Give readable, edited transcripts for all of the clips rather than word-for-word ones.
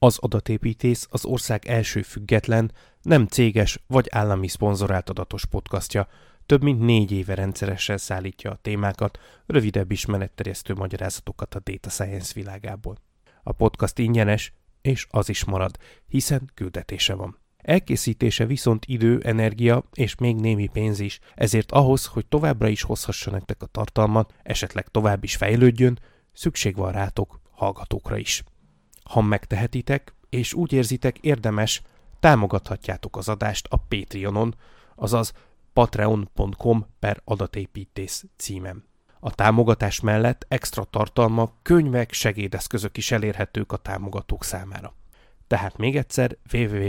Az Adatépítész az ország első független, nem céges vagy állami szponzorált adatos podcastja. Több mint 4 éve rendszeresen szállítja a témákat, rövidebb ismeretterjesztő magyarázatokat a data science világából. A podcast ingyenes, és az is marad, hiszen küldetése van. Elkészítése viszont idő, energia és még némi pénz is, ezért ahhoz, hogy továbbra is hozhassa nektek a tartalmat, esetleg tovább is fejlődjön, szükség van rátok, hallgatókra is. Ha megtehetitek, és úgy érzitek érdemes, támogathatjátok az adást a Patreonon, azaz patreon.com/adatépítész címen. A támogatás mellett extra tartalmak, könyvek, segédeszközök is elérhetők a támogatók számára. Tehát még egyszer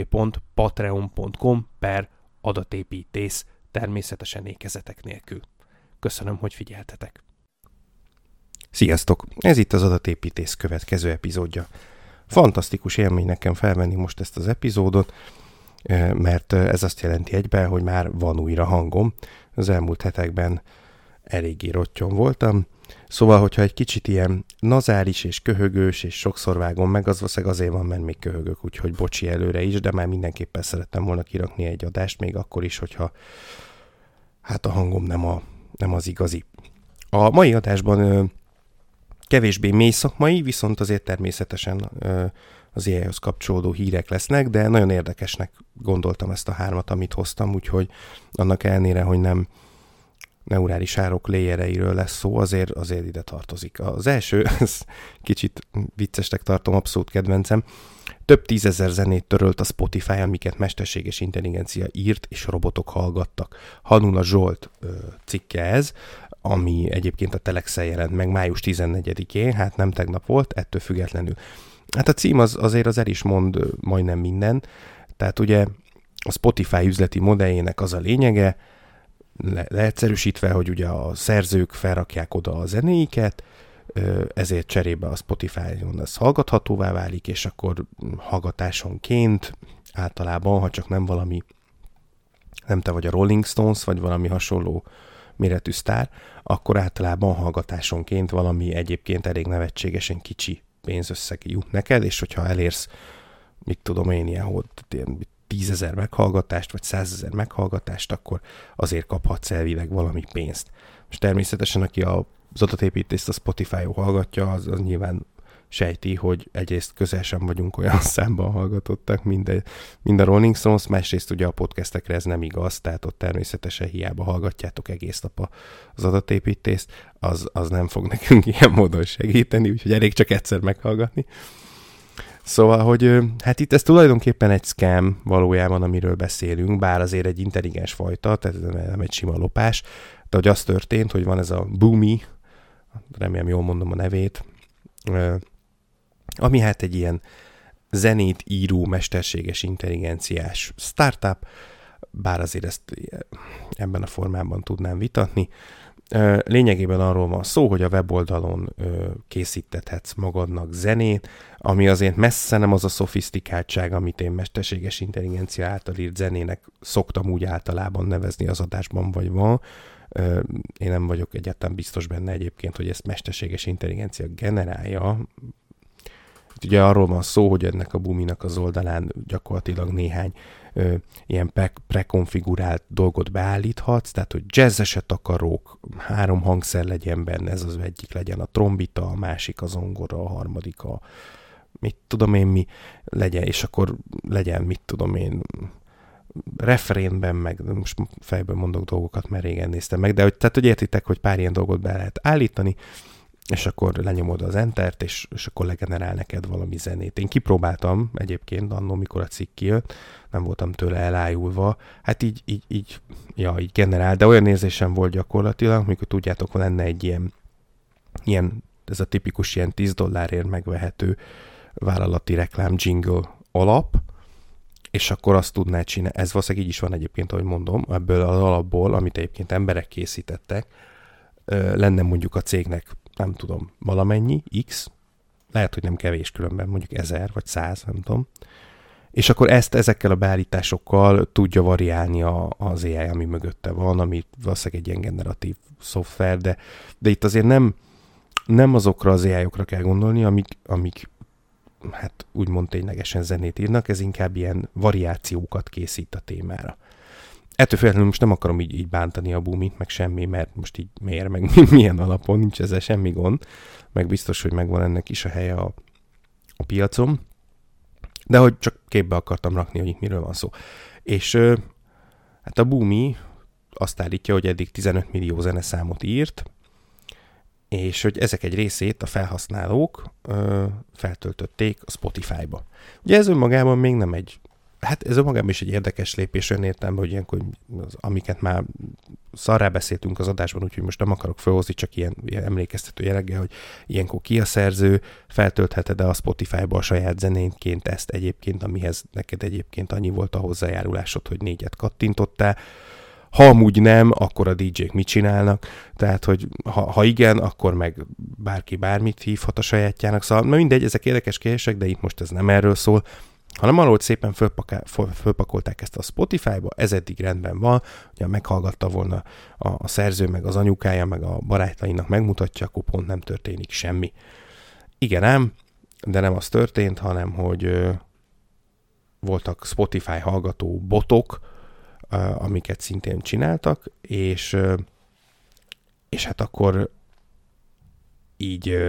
www.patreon.com/adatépítész, természetesen ékezetek nélkül. Köszönöm, hogy figyeltetek. Sziasztok! Ez itt az Adatépítész következő epizódja. Fantasztikus élmény nekem felvenni most ezt az epizódot, mert ez azt jelenti egyben, hogy már van újra hangom. Az elmúlt hetekben eléggé rottyon voltam. Szóval, hogyha egy kicsit ilyen nazális és köhögős, és sokszor vágom meg, az valószínűleg azért van, mert még köhögök, úgyhogy bocsi előre is, de már mindenképpen szerettem volna kirakni egy adást, még akkor is, hogyha hát a hangom nem az igazi. A mai adásban kevésbé mély szakmai, viszont azért természetesen az AI-hoz kapcsolódó hírek lesznek, de nagyon érdekesnek gondoltam ezt a 3-at, amit hoztam, úgyhogy annak ellenére, hogy nem neurális árok layerreiről lesz szó, azért ide tartozik. Az első, ez kicsit viccesnek tartom, abszolút kedvencem, több 10 000 zenét törölt a Spotify, amiket mesterséges intelligencia írt, és robotok hallgattak. Hanuna Zsolt cikke ez, ami egyébként a Telexen jelent meg május 14-én, hát nem tegnap volt, ettől függetlenül. Hát a cím azért az el is mond majdnem minden, tehát ugye a Spotify üzleti modelljének az a lényege, leegyszerűsítve, hogy ugye a szerzők felrakják oda a zenéiket, ezért cserébe a Spotify-on ez hallgathatóvá válik, és akkor hallgatásonként általában, ha csak nem valami, nem te vagy a Rolling Stones, vagy valami hasonló méretű sztár, akkor általában hallgatásonként valami egyébként elég nevetségesen kicsi pénzösszeg jut neked, és hogyha elérsz, mit tudom én, ilyen 10 000 meghallgatást, vagy 100 000 meghallgatást, akkor azért kaphatsz elvileg valami pénzt. És természetesen, aki az adatépítést a Spotify-on hallgatja, az nyilván sejti, hogy egyrészt közel sem vagyunk olyan számban hallgatottak, mint a Rolling Stones, másrészt ugye a podcastekre ez nem igaz, tehát ott természetesen hiába hallgatjátok egész nap az adatépítést, az nem fog nekünk ilyen módon segíteni, úgyhogy elég csak egyszer meghallgatni. Szóval, hogy hát itt ez tulajdonképpen egy scam valójában, amiről beszélünk, bár azért egy intelligens fajta, tehát nem egy sima lopás, de hogy az történt, hogy van ez a Boomi, remélem jól mondom a nevét, ami hát egy ilyen zenét író mesterséges intelligenciás startup, bár azért ezt ebben a formában tudnám vitatni. Lényegében arról van szó, hogy a weboldalon készítethetsz magadnak zenét, ami azért messze nem az a szofisztikáltság, amit én mesterséges intelligencia által írt zenének szoktam úgy általában nevezni az adásban, vagy van. Én nem vagyok egyáltalán biztos benne egyébként, hogy ezt mesterséges intelligencia generálja. Ugye arról van szó, hogy ennek a Boominak az oldalán gyakorlatilag néhány ilyen prekonfigurált dolgot beállíthatsz, tehát hogy jazzeset akarok, 3 hangszer legyen benne, ez az egyik legyen a trombita, a másik a zongora, a harmadik a mit tudom én mi legyen, és akkor legyen mit tudom én refrénben, meg most fejből mondok dolgokat, mert régen néztem meg, de hogy értitek, hogy pár ilyen dolgot be lehet állítani, és akkor lenyomod az Entert, és akkor legenerál neked valami zenét. Én kipróbáltam egyébként annól, mikor a cikk kijött, nem voltam tőle elájulva, hát így generál, de olyan érzésem volt gyakorlatilag, mikor tudjátok, lenne egy ilyen ez a tipikus ilyen $10 megvehető vállalati reklám jingle alap, és akkor azt tudná csinálni, ez valószínűleg így is van egyébként, ahogy mondom, ebből az alapból, amit egyébként emberek készítettek, lenne mondjuk a cégnek, nem tudom, valamennyi, X, lehet, hogy nem kevés különben, mondjuk 1000 vagy 100, nem tudom, és akkor ezekkel a beállításokkal tudja variálni az AI, ami mögötte van, ami valószínűleg egy ilyen generatív szoftver, de itt azért nem azokra az AI-okra kell gondolni, amik hát úgymond ténylegesen zenét írnak, ez inkább ilyen variációkat készít a témára. Ettől függetlenül most nem akarom így bántani a Boomit, meg semmi, mert most így miért, meg milyen alapon, nincs ezzel semmi gond, meg biztos, hogy megvan ennek is a helye a piacon, de hogy csak képbe akartam rakni, hogy itt miről van szó. És hát a Boomi azt állítja, hogy eddig 15 millió zeneszámot írt, és hogy ezek egy részét a felhasználók feltöltötték a Spotify-ba. Ugye ez önmagában még nem ez önmagában is egy érdekes lépés olyan értelemben, hogy ilyenkor, amiket már szarrá beszéltünk az adásban, úgyhogy most nem akarok felhozni, csak ilyen emlékeztető jelleggel, hogy ilyenkor ki a szerző, feltöltheted-e a Spotify-ba a saját zenénként ezt egyébként, amihez neked egyébként annyi volt a hozzájárulásod, hogy 4 kattintottál. Ha amúgy nem, akkor a DJ-k mit csinálnak? Tehát, hogy ha igen, akkor meg bárki bármit hívhat a sajátjának. Szóval mindegy, ezek érdekes kérdések, de itt most ez nem erről szól, hanem arról, hogy szépen fölpakolták ezt a Spotify-ba, ez eddig rendben van, hogyha meghallgatta volna a szerző, meg az anyukája, meg a barátainak megmutatja, akkor pont nem történik semmi. Igen ám, de nem az történt, hanem, hogy voltak Spotify hallgató botok, amiket szintén csináltak, és hát akkor így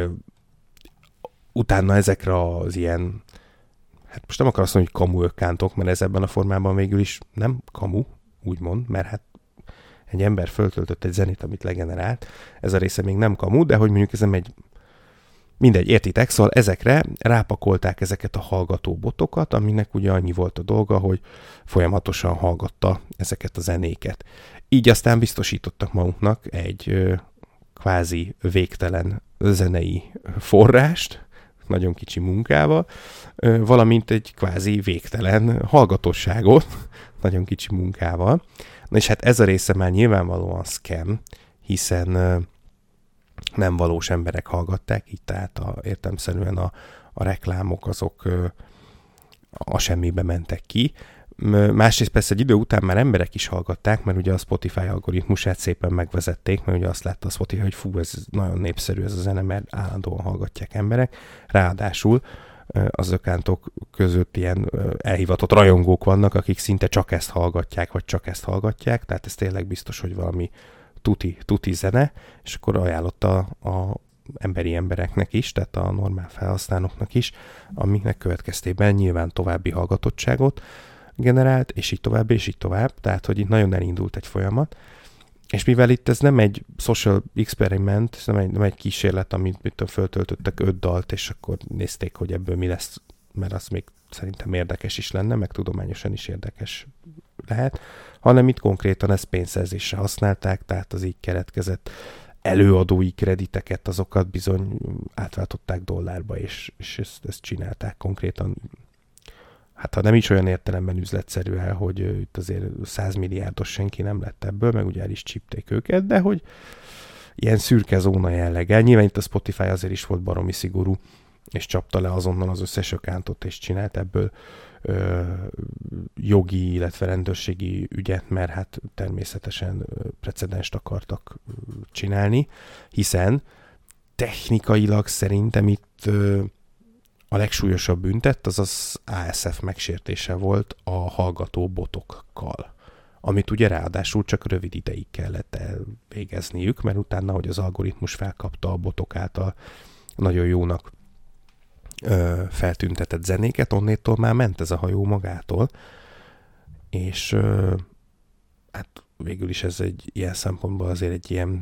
utána ezekre az ilyen, hát most nem akar azt mondani, hogy kamu ökkántok, mert ez ebben a formában végül is nem kamu, úgymond, mert hát egy ember föltöltött egy zenét, amit legenerált, ez a része még nem kamu, de hogy mondjuk ez nem egy mindegy, értitek, szóval ezekre rápakolták ezeket a hallgató botokat, aminek ugye annyi volt a dolga, hogy folyamatosan hallgatta ezeket a zenéket. Így aztán biztosítottak maguknak egy kvázi végtelen zenei forrást, nagyon kicsi munkával, valamint egy kvázi végtelen hallgatosságot, nagyon kicsi munkával. Na és hát ez a része már nyilvánvalóan scam, hiszen nem valós emberek hallgatták, így tehát értelemszerűen a reklámok azok a semmibe mentek ki. Másrészt persze egy idő után már emberek is hallgatták, mert ugye a Spotify algoritmusát szépen megvezették, mert ugye azt látta a Spotify, hogy fú, ez nagyon népszerű ez a zene, mert állandóan hallgatják emberek. Ráadásul az ökántok között ilyen elhivatott rajongók vannak, akik szinte csak ezt hallgatják, vagy csak ezt hallgatják, tehát ez tényleg biztos, hogy valami tuti zene, és akkor ajánlotta a emberi embereknek is, tehát a normál felhasználóknak is, amiknek következtében nyilván további hallgatottságot generált, és így tovább, és így tovább, tehát hogy itt nagyon elindult egy folyamat, és mivel itt ez nem egy social experiment, ez nem egy kísérlet, amit föltöltöttek 5 dalt, és akkor nézték, hogy ebből mi lesz, mert az még szerintem érdekes is lenne, meg tudományosan is érdekes lehet, hanem itt konkrétan ezt pénzszerzésre használták, tehát az így keletkezett előadói krediteket, azokat bizony átváltották dollárba, és ezt csinálták konkrétan. Hát ha nem is olyan értelemben üzletszerűen, hogy itt azért 100 milliárdos senki nem lett ebből, meg ugye el is csípték őket, de hogy ilyen szürke zóna jelleggel. Nyilván itt a Spotify azért is volt baromi szigorú, és csapta le azonnal az összes ökántot, és csinált ebből jogi, illetve rendőrségi ügyet, mert hát természetesen precedenst akartak csinálni, hiszen technikailag szerintem itt a legsúlyosabb büntet az ASF megsértése volt a hallgató botokkal, amit ugye ráadásul csak rövid ideig kellett elvégezniük, mert utána, hogy az algoritmus felkapta a botok által nagyon jónak feltüntetett zenéket, onnétól már ment ez a hajó magától, és hát végül is ez egy ilyen szempontból azért egy ilyen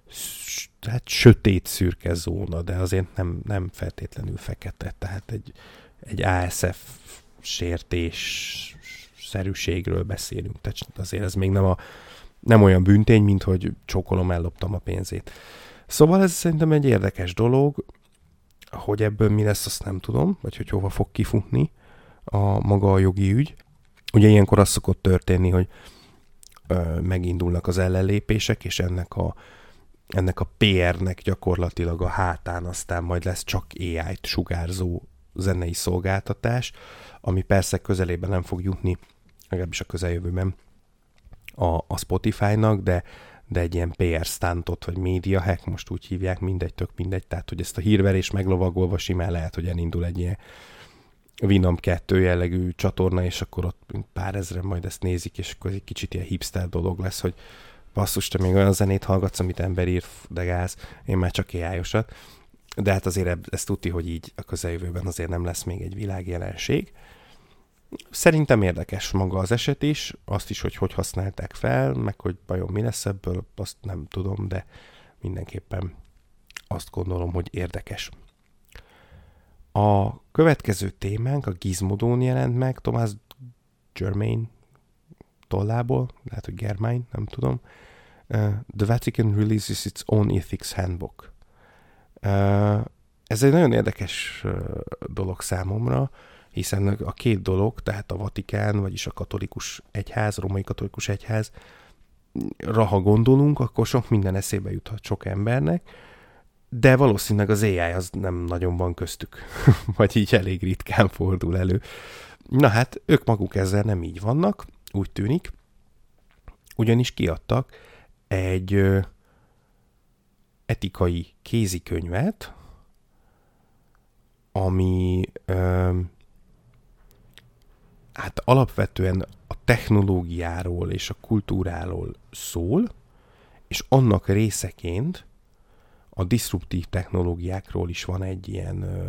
sötét szürke zóna, de azért nem feltétlenül fekete, tehát egy ASF sértés szerűségről beszélünk, tehát azért ez még nem olyan büntény, mint hogy csókolom, elloptam a pénzét. Szóval ez szerintem egy érdekes dolog, hogy ebből mi lesz, azt nem tudom, vagy hogy hova fog kifutni maga a jogi ügy. Ugye ilyenkor az szokott történni, hogy megindulnak az ellenlépések, és ennek a PR-nek gyakorlatilag a hátán aztán majd lesz csak AI-t sugárzó zenei szolgáltatás, ami persze közelében nem fog jutni, legalábbis a közeljövőben a Spotify-nak, de egy ilyen PR stuntot, vagy média hack, most úgy hívják, mindegy, tök mindegy, tehát hogy ezt a hírverés meglovagolva simán lehet, hogy elindul egy ilyen Winamp 2 jellegű csatorna, és akkor ott pár ezren majd ezt nézik, és akkor egy kicsit ilyen hipster dolog lesz, hogy basszus, te még olyan zenét hallgatsz, amit ember ír, de gáz, én már csak AI-osat. De hát azért ezt tudti, hogy így a közeljövőben azért nem lesz még egy világjelenség. Szerintem érdekes maga az eset is, azt is, hogy használták fel, meg hogy vajon mi lesz ebből, azt nem tudom, de mindenképpen azt gondolom, hogy érdekes. A következő témánk a Gizmodón jelent meg, Thomas Germain tollából, lehet, hogy Germain, nem tudom. The Vatican releases its own ethics handbook. Ez egy nagyon érdekes dolog számomra, hiszen a két dolog, tehát a Vatikán, vagyis a katolikus egyház, a római katolikus egyház, ha gondolunk, akkor sok minden eszébe juthat sok embernek, de valószínűleg az AI az nem nagyon van köztük, vagy így elég ritkán fordul elő. Na hát, ők maguk ezzel nem így vannak, úgy tűnik, ugyanis kiadtak egy etikai kézikönyvet, ami hát alapvetően a technológiáról és a kultúráról szól, és annak részeként a diszruptív technológiákról is van egy ilyen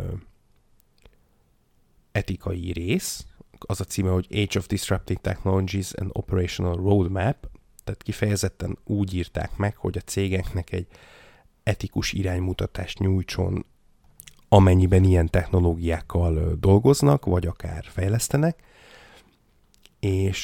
etikai rész, az a címe, hogy Age of Disruptive Technologies and Operational Roadmap, tehát kifejezetten úgy írták meg, hogy a cégeknek egy etikus iránymutatást nyújtson, amennyiben ilyen technológiákkal dolgoznak, vagy akár fejlesztenek, és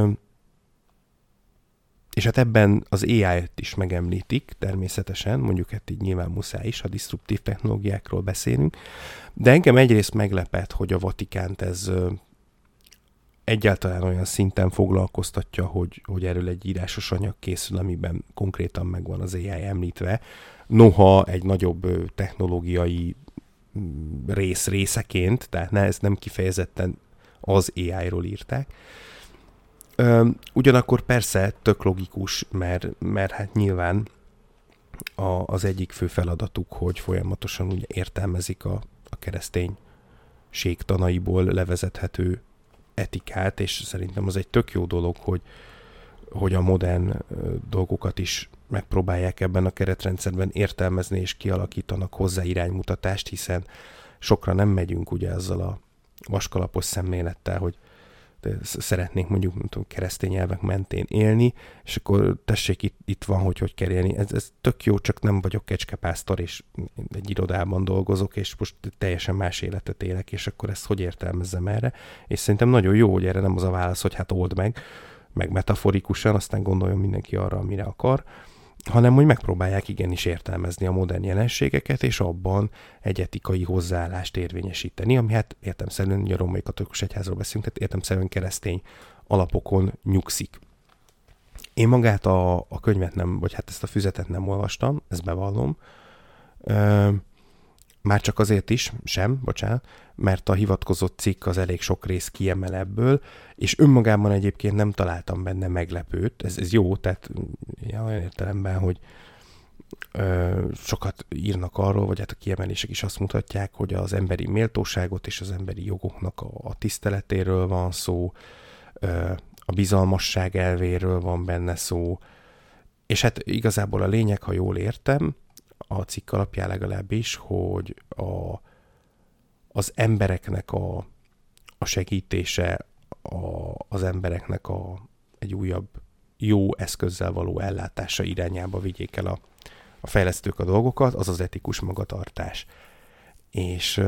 hát ebben az AI-t is megemlítik, természetesen, mondjuk hát így nyilván muszáj is, ha diszruptív technológiákról beszélünk, de engem egyrészt meglepett, hogy a Vatikánt ez egyáltalán olyan szinten foglalkoztatja, hogy erről egy írásos anyag készül, amiben konkrétan megvan az AI említve. Noha egy nagyobb technológiai részeként, tehát ez nem kifejezetten az AI-ról írták. Ugyanakkor persze tök logikus, mert hát nyilván az egyik fő feladatuk, hogy folyamatosan ugye értelmezik a kereszténység tanaiból levezethető etikát, és szerintem az egy tök jó dolog, hogy a modern dolgokat is megpróbálják ebben a keretrendszerben értelmezni, és kialakítanak hozzá iránymutatást, hiszen sokra nem megyünk ugye azzal a vaskalapos szemlélettel, hogy szeretnénk mondjuk keresztény elvek mentén élni, és akkor tessék, itt van, hogy kell élni. Ez tök jó, csak nem vagyok kecskepásztor, és egy irodában dolgozok, és most teljesen más életet élek, és akkor ezt hogy értelmezzem erre? És szerintem nagyon jó, hogy erre nem az a válasz, hogy hát old meg metaforikusan, aztán gondoljon mindenki arra, amire akar, hanem hogy megpróbálják igenis értelmezni a modern jelenségeket, és abban egy etikai hozzáállást érvényesíteni, ami hát értelemszerűen, ugye a római katolikus egyházról beszélünk, tehát értelemszerűen keresztény alapokon nyugszik. Én magát a könyvet nem, vagy hát ezt a füzetet nem olvastam, ezt bevallom, már csak azért is, mert a hivatkozott cikk az elég sok rész kiemel ebből, és önmagában egyébként nem találtam benne meglepőt. Ez jó, tehát olyan értelemben, hogy sokat írnak arról, vagy hát a kiemelések is azt mutatják, hogy az emberi méltóságot és az emberi jogoknak a tiszteletéről van szó, a bizalmasság elvéről van benne szó, és hát igazából a lényeg, ha jól értem, a cikk alapján legalábbis, hogy az embereknek a segítése, az embereknek egy újabb jó eszközzel való ellátása irányába vigyék el a fejlesztők a dolgokat, az az etikus magatartás. És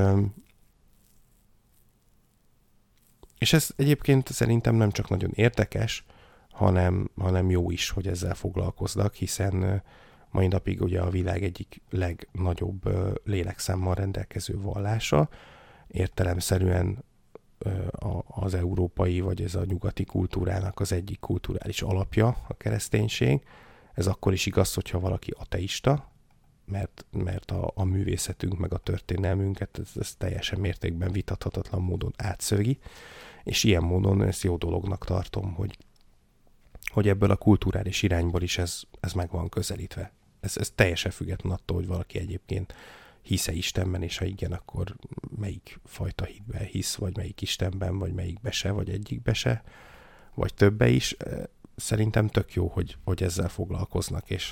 ez egyébként szerintem nem csak nagyon érdekes, hanem jó is, hogy ezzel foglalkoznak, hiszen mai napig ugye a világ egyik legnagyobb lélekszámmal rendelkező vallása, értelemszerűen az európai vagy ez a nyugati kultúrának az egyik kulturális alapja a kereszténység. Ez akkor is igaz, hogyha valaki ateista, mert a művészetünk meg a történelmünket ez teljesen mértékben vitathatatlan módon átszögi, és ilyen módon ezt jó dolognak tartom, hogy hogy ebből a kulturális irányból is ez meg van közelítve. Ez teljesen független attól, hogy valaki egyébként hisz-e Istenben, és ha igen, akkor melyik fajta hitben hisz, vagy melyik Istenben, vagy melyikbe se, vagy egyikbe se, vagy többe is. Szerintem tök jó, hogy ezzel foglalkoznak, és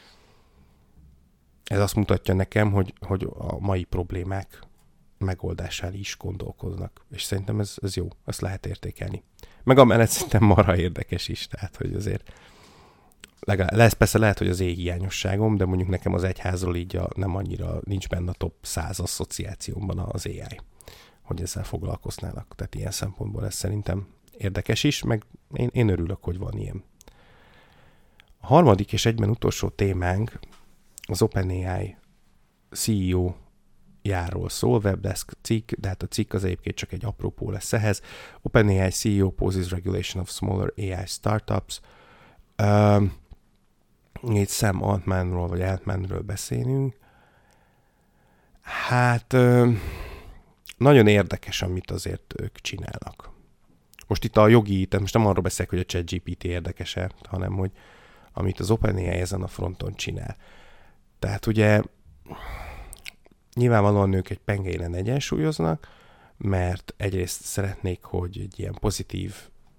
ez azt mutatja nekem, hogy a mai problémák megoldásán is gondolkoznak, és szerintem ez jó, ezt lehet értékelni. Meg amellett szerintem marha érdekes is, tehát, hogy azért persze lehet, hogy az én hiányosságom, de mondjuk nekem az egyházról így nem annyira nincs benne a top 100 asszociációmban az AI, hogy ezzel foglalkoznának. Tehát ilyen szempontból ez szerintem érdekes is, meg én örülök, hogy van ilyen. A harmadik és egyben utolsó témánk az OpenAI CEO járól szól, Webdesk cikk, de hát a cikk az egyébként csak egy apropó lesz ehhez. OpenAI CEO poses regulation of smaller AI startups. Itt Sam Altmanról vagy Altmanről beszélünk. Hát nagyon érdekes, amit azért ők csinálnak. Most itt a jogi, tehát most nem arról beszélek, hogy a ChatGPT érdekes-e, hanem hogy amit az OpenAI ezen a fronton csinál. Tehát ugye nyilvánvalóan ők egy pengeéren egyensúlyoznak, mert egyrészt szeretnék, hogy egy ilyen pozitív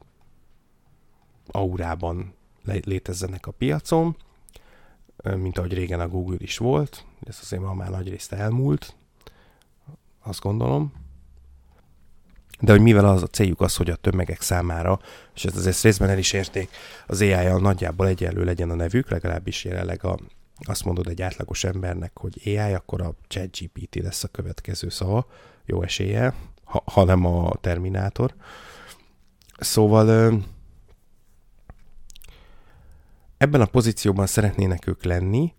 aurában létezzenek a piacon, mint ahogy régen a Google is volt, ez azért már nagyrészt elmúlt, azt gondolom. De hogy mivel az a céljuk az, hogy a tömegek számára, és ezt részben el is érték, az AI-jal nagyjából egyenlő legyen a nevük, legalábbis jelenleg azt mondod egy átlagos embernek, hogy AI, akkor a ChatGPT lesz a következő szava, jó eséllyel, ha nem a Terminátor. Szóval ebben a pozícióban szeretnének ők lenni,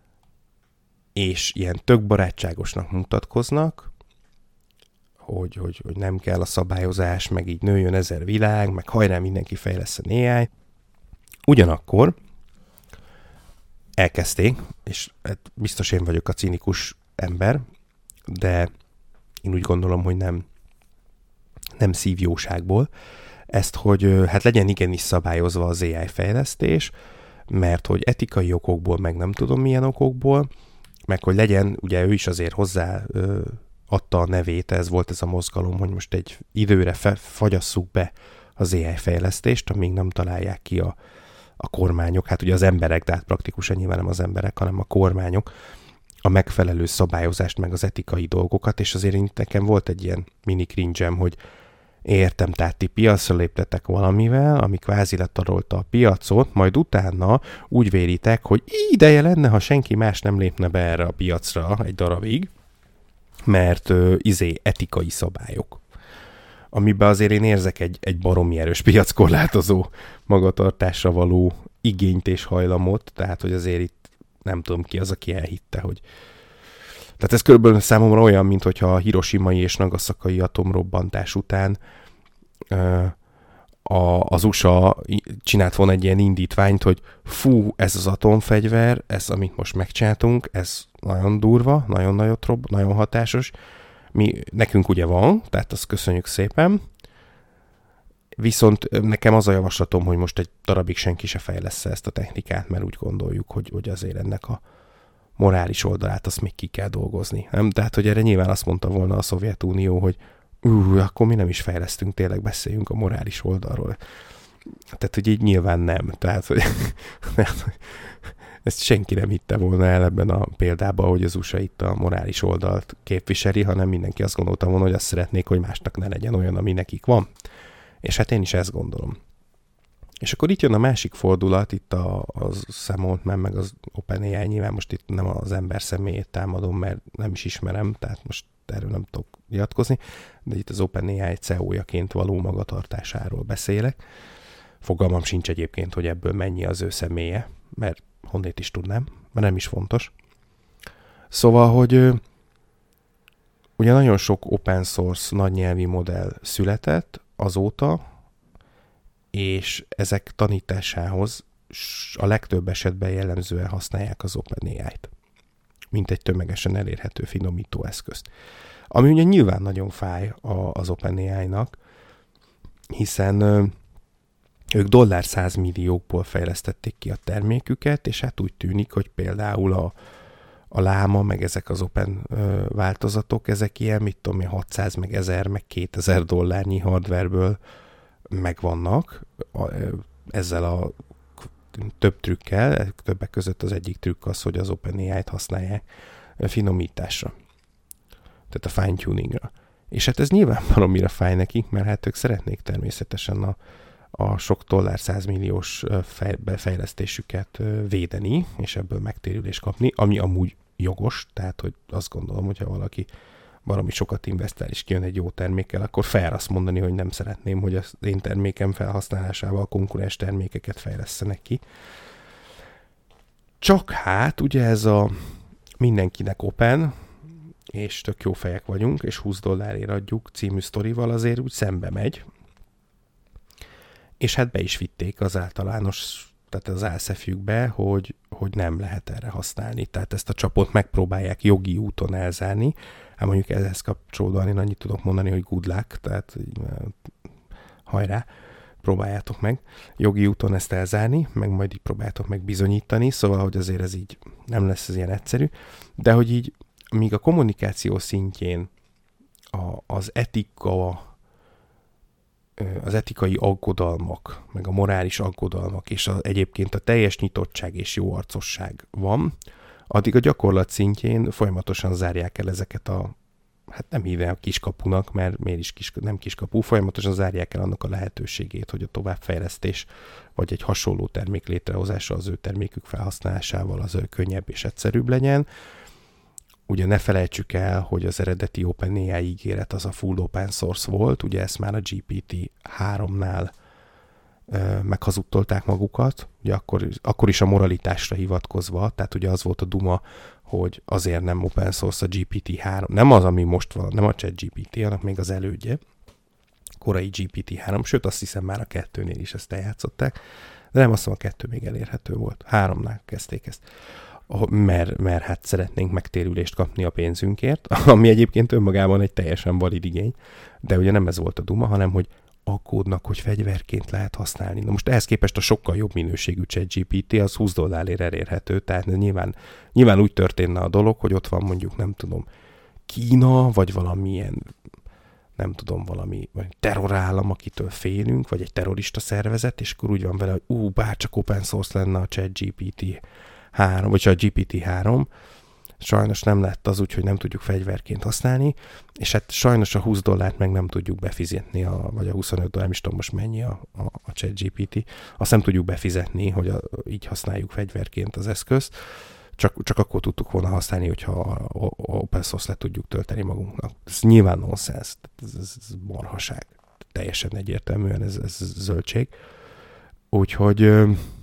és ilyen tök barátságosnak mutatkoznak, hogy nem kell a szabályozás, meg így nőjön ezer világ, meg hajrá mindenki fejleszen AI. Ugyanakkor elkezdték, és biztos én vagyok a cinikus ember, de én úgy gondolom, hogy nem szívjóságból, ezt, hogy hát legyen igenis szabályozva az AI fejlesztés, mert hogy etikai okokból, meg nem tudom milyen okokból, meg hogy legyen, ugye ő is azért hozzá adta a nevét, ez volt ez a mozgalom, hogy most egy időre fagyasszuk be az AI fejlesztést, amíg nem találják ki a kormányok, hát ugye az emberek, de hát praktikusan nyilván nem az emberek, hanem a kormányok, a megfelelő szabályozást, meg az etikai dolgokat, és azért nekem volt egy ilyen mini cringe-em, hogy értem, tehát ti piacra léptetek valamivel, ami kvázi letarolta a piacot, majd utána úgy véritek, hogy ideje lenne, ha senki más nem lépne be erre a piacra egy darabig, mert etikai szabályok. Amiben azért én érzek egy baromi erős piackorlátozó magatartásra való igényt és hajlamot, tehát hogy azért itt nem tudom ki az, aki elhitte, hogy... Tehát ez körülbelül számomra olyan, mint hogyha a Hiroshimai és Nagasakai atomrobbantás után az USA csinált volna egy ilyen indítványt, hogy fú, ez az atomfegyver, ez, amit most megcsináltunk, ez nagyon durva, nagyon nagyot nagyon hatásos. Nekünk ugye van, tehát azt köszönjük szépen. Viszont nekem az a javaslatom, hogy most egy darabig senki se fejlessze ezt a technikát, mert úgy gondoljuk, hogy azért ennek a morális oldalát azt még ki kell dolgozni. Nem? Tehát, hogy erre nyilván azt mondta volna a Szovjetunió, hogy akkor mi nem is fejlesztünk, tényleg beszéljünk a morális oldalról. Tehát, hogy így nyilván nem. Tehát, hogy ezt senki nem hitte volna el ebben a példában, hogy az USA itt a morális oldalt képviseli, hanem mindenki azt gondolta volna, hogy azt szeretnék, hogy másnak ne legyen olyan, ami nekik van. És hát én is ezt gondolom. És akkor itt jön a másik fordulat, itt a Sam Altman, meg az OpenAI, nyilván most itt nem az ember személyét támadom, mert nem is ismerem, tehát most erről nem tudok nyilatkozni, de itt az OpenAI CEO-jaként való magatartásáról beszélek. Fogalmam sincs egyébként, hogy ebből mennyi az ő személye, mert honnét is tudnám, mert nem is fontos. Szóval, hogy ugye nagyon sok open source nagynyelvi modell született azóta, és ezek tanításához a legtöbb esetben jellemzően használják az OpenAI-t, mint egy tömegesen elérhető finomító eszközt. Ami ugye nyilván nagyon fáj az OpenAI-nak, hiszen ők dollár 100 milliókból fejlesztették ki a terméküket, és hát úgy tűnik, hogy például a Llama, meg ezek az open változatok, ezek ilyen, mit tudom én, 600, meg 1000, meg 2000 dollárnyi hardwareből megvannak ezzel a több trükkel, többek között az egyik trükk az, hogy az OpenAI-t használják finomításra, tehát a fine-tuningra. És hát ez nyilván valamire fáj nekik, mert hát ők szeretnék természetesen a sok dollár 100 milliós befejlesztésüket védeni, és ebből megtérülést kapni, ami amúgy jogos, tehát hogy azt gondolom, hogyha valaki valami sokat investál és kijön egy jó termékkel, akkor fair azt mondani, hogy nem szeretném, hogy az én termékem felhasználásával konkurens termékeket fejlesztenek ki. Csak hát ugye ez a mindenkinek open, és tök jó fejek vagyunk, és $20 adjuk című sztorival azért úgy szembe megy. És hát be is vitték az általános, tehát az álszefjükbe, hogy nem lehet erre használni. Tehát ezt a csapot megpróbálják jogi úton elzárni. Hát mondjuk ehhez kapcsolódóan én annyit tudok mondani, hogy good luck, tehát hajrá, próbáljátok meg jogi úton ezt elzárni, meg majd így próbáljátok meg bizonyítani, szóval, hogy azért ez így nem lesz ez ilyen egyszerű, de hogy így, míg a kommunikáció szintjén az etikai aggodalmak, meg a morális aggodalmak, és egyébként a teljes nyitottság és jó arcosság van, addig a gyakorlat szintjén folyamatosan zárják el ezeket hát nem hívja a kiskapunak, mert miért is nem kiskapu, folyamatosan zárják el annak a lehetőségét, hogy a továbbfejlesztés, vagy egy hasonló termék létrehozása az ő termékük felhasználásával az ő könnyebb és egyszerűbb legyen. Ugye ne felejtsük el, hogy az eredeti OpenAI ígéret az a full open source volt, ugye ezt már a GPT-3-nál meghazudtolták magukat, ugye akkor is a moralitásra hivatkozva, tehát ugye az volt a duma, hogy azért nem open source a GPT-3, nem az, ami most van, nem a ChatGPT, hanem még az elődje, korai GPT-3, sőt azt hiszem már a 2-nél is ezt eljátszották, de nem, azt hiszem a 2 még elérhető volt, 3-nál kezdték ezt. Mert hát szeretnénk megtérülést kapni a pénzünkért, ami egyébként önmagában egy teljesen valid igény, de ugye nem ez volt a duma, hanem hogy aggódnak, hogy fegyverként lehet használni. Na most ehhez képest a sokkal jobb minőségű ChatGPT az $20 elérhető, tehát nyilván úgy történne a dolog, hogy ott van mondjuk, nem tudom, Kína, vagy valamilyen, nem tudom, valami terrorállam, akitől félünk, vagy egy terrorista szervezet, és akkor úgy van vele, hogy bárcsak open source lenne a ChatGPT-3, vagy a GPT-3, sajnos nem lett az úgy, hogy nem tudjuk fegyverként használni, és hát sajnos a $20 meg nem tudjuk befizetni, vagy a $25, nem is tudom most mennyi a ChatGPT, azt nem tudjuk befizetni, hogy így használjuk fegyverként az eszközt, csak akkor tudtuk volna használni, hogyha open source le tudjuk tölteni magunknak. Ez nyilván nonsense, ez marhaság, teljesen egyértelműen ez zöldség. Úgyhogy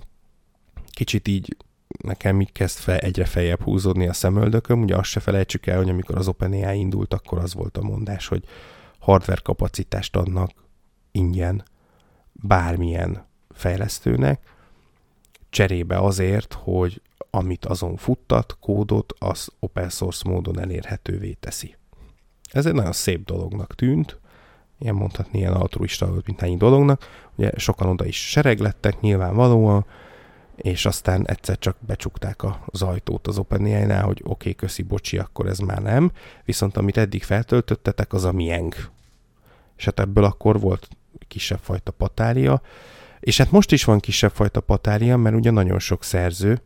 kicsit így nekem így kezd egyre feljebb húzódni a szemöldököm. Ugye azt se felejtsük el, hogy amikor az OpenAI indult, akkor az volt a mondás, hogy hardware kapacitást adnak ingyen bármilyen fejlesztőnek, cserébe azért, hogy amit azon futtat, kódot, az open source módon elérhetővé teszi. Ez egy nagyon szép dolognak tűnt, ilyen mondhatni, ilyen altruista mintányi dolognak. Ugye sokan oda is sereglettek nyilvánvalóan, és aztán egyszer csak becsukták az ajtót az OpenAI-nál, hogy oké, köszi, bocsi, akkor ez már nem. Viszont amit eddig feltöltöttetek, az a miénk. És hát ebből akkor volt kisebb fajta patália. És hát most is van kisebb fajta patália, mert ugye nagyon sok szerző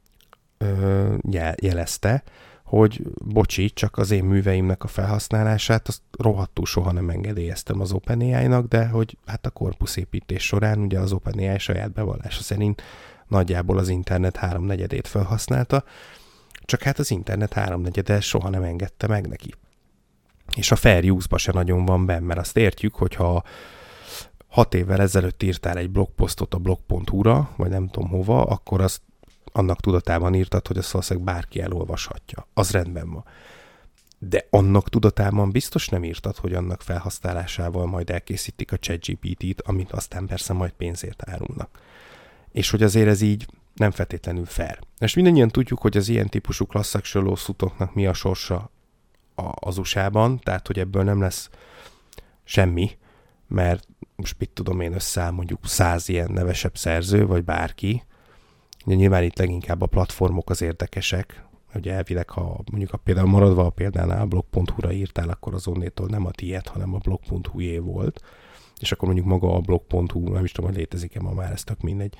jelezte, hogy bocsi, csak az én műveimnek a felhasználását, azt rohadtul soha nem engedélyeztem az OpenAI-nak, de hogy hát a korpuszépítés során ugye az OpenAI saját bevallása szerint nagyjából az internet 3/4-ét felhasználta, csak hát az internet 3/4-e soha nem engedte meg neki. És a fair use-ba se nagyon van benne, mert azt értjük, hogyha 6 évvel ezelőtt írtál egy blogposztot a blog.hu-ra, vagy nem tudom hova, akkor azt annak tudatában írtad, hogy azt valószínűleg bárki elolvashatja. Az rendben van. De annak tudatában biztos nem írtad, hogy annak felhasználásával majd elkészítik a ChatGPT-t, amit aztán persze majd pénzért árulnak. És hogy azért ez így nem feltétlenül fair. És mindannyian tudjuk, hogy az ilyen típusú class action lawsuitoknak mi a sorsa az USA-ban, tehát hogy ebből nem lesz semmi, mert most mit tudom én, összeáll mondjuk 100 ilyen nevesebb szerző, vagy bárki. Ugye nyilván itt leginkább a platformok az érdekesek. Ugye elvileg, ha mondjuk például maradva a példánál a blog.hu-ra írtál, akkor az onnétól nem a tiéd, hanem a blog.hu-jé volt. És akkor mondjuk maga a blog.hu, nem is tudom, hogy létezik-e ma már, ez tök mindegy.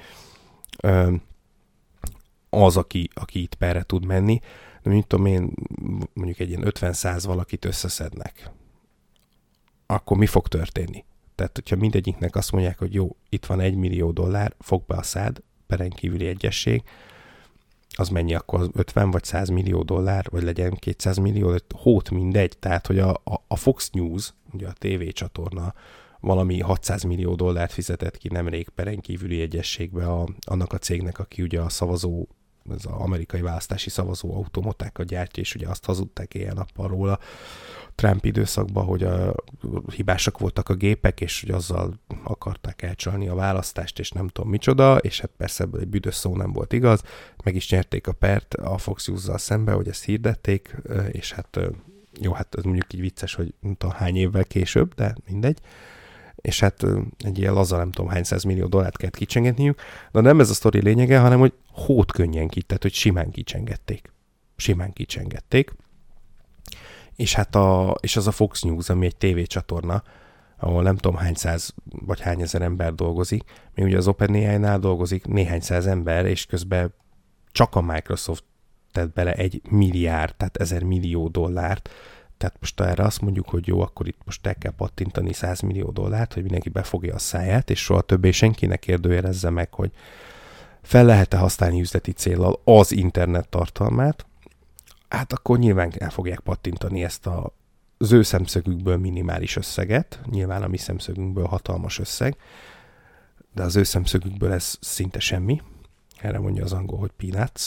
Az, aki itt perre tud menni, de mit tudom én, mondjuk egy ilyen 50-100 valakit összeszednek, akkor mi fog történni? Tehát, hogyha mindegyiknek azt mondják, hogy jó, itt van $1 millió, fog be a szád, peren kívüli egyesség, az mennyi akkor, 50 vagy 100 millió dollár, vagy legyen 200 millió, hót mindegy. Tehát, hogy a Fox News, ugye a TV csatorna, valami 600 millió dollárt fizetett ki nemrég peren kívüli egyességbe annak a cégnek, aki ugye a szavazó, az amerikai választási szavazó automatákat gyártja, és ugye azt hazudták éjjel-nappal róla Trump időszakban, hogy hibásak voltak a gépek, és hogy azzal akarták elcsalni a választást, és nem tudom micsoda, és hát persze ebből egy büdös szó nem volt igaz, meg is nyerték a pert a Fox News-zal szembe, hogy ezt hirdették, és hát jó, hát ez mondjuk így vicces, hogy nem tudom hány évvel később, de mindegy. És hát egy ilyen laza nem tudom hány 100 millió dollárt kellett kicsengetniük, de nem ez a sztori lényege, hanem hogy hót könnyen tehát hogy simán kicsengették. És hát és az a Fox News, ami egy tévécsatorna, ahol nem tudom hány száz vagy hány ezer ember dolgozik, még ugye az OpenAI-nál dolgozik néhány száz ember, és közben csak a Microsoft tett bele $1 milliárd, tehát $1000 millió. Tehát most erre azt mondjuk, hogy jó, akkor itt most el kell pattintani $100 millió, hogy mindenki befogja a száját, és soha többé senkinek kérdőjelezze meg, hogy fel lehet-e használni üzleti céllal az internet tartalmát, hát akkor nyilván el fogják pattintani ezt az ő szemszögükből minimális összeget, nyilván a mi szemszögünkből hatalmas összeg, de az ő szemszögükből ez szinte semmi. Erre mondja az angol, hogy peanuts.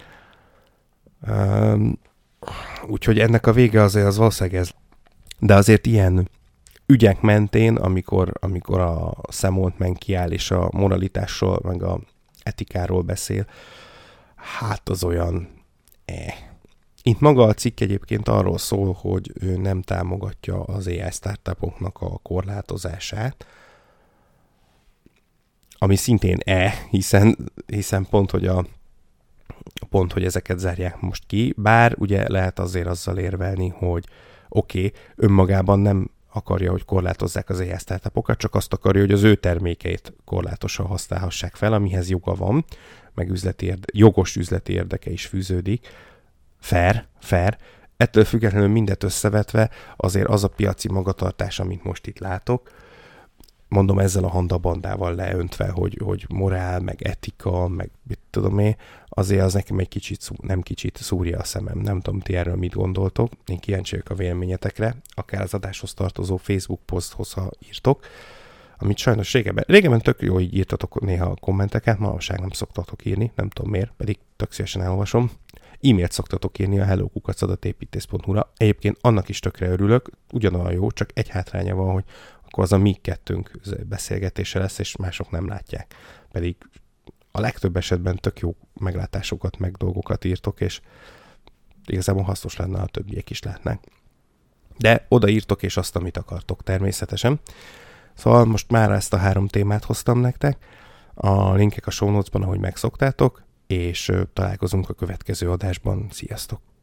Úgyhogy ennek a vége azért az valószínűleg ez. De azért ilyen ügyek mentén, amikor a Sam Altman kiáll és a moralitásról, meg a etikáról beszél, hát az olyan Itt maga a cikk egyébként arról szól, hogy ő nem támogatja az AI startupoknak a korlátozását, ami szintén hiszen pont, hogy ezeket zárják most ki, bár ugye lehet azért azzal érvelni, hogy oké, önmagában nem akarja, hogy korlátozzák az AI startupokat, csak azt akarja, hogy az ő termékeit korlátosan használhassák fel, amihez joga van, meg jogos üzleti érdeke is fűződik. Fair. Ettől függetlenül mindet összevetve azért az a piaci magatartás, amit most itt látok, mondom ezzel a handabandával leöntve, hogy morál, meg etika, meg mit tudom én, azért az nekem egy kicsit szúrja a szemem. Nem tudom, ti erről mit gondoltok. Én kíváncsi vagyok a véleményetekre, akár az adáshoz tartozó Facebook poszthoz, ha írtok, amit sajnos régebben tök jó, hogy írtatok néha a kommenteket, manapság nem szoktatok írni, nem tudom miért, pedig tök szívesen elolvasom. E-mailt szoktatok írni a hello@adatépítész.hu-ra. Egyébként annak is tökre örülök, ugyanolyan jó, csak egy hátránya van, hogy akkor az a mi kettőnk beszélgetése lesz, és mások nem látják. Pedig a legtöbb esetben tök jó meglátásokat, meg dolgokat írtok, és igazából hasznos lenne, ha többiek is látnák. De odaírtok, és azt, amit akartok természetesen. Szóval most már ezt a 3 témát hoztam nektek. A linkek a show notes-ban, ahogy megszoktátok, és találkozunk a következő adásban. Sziasztok!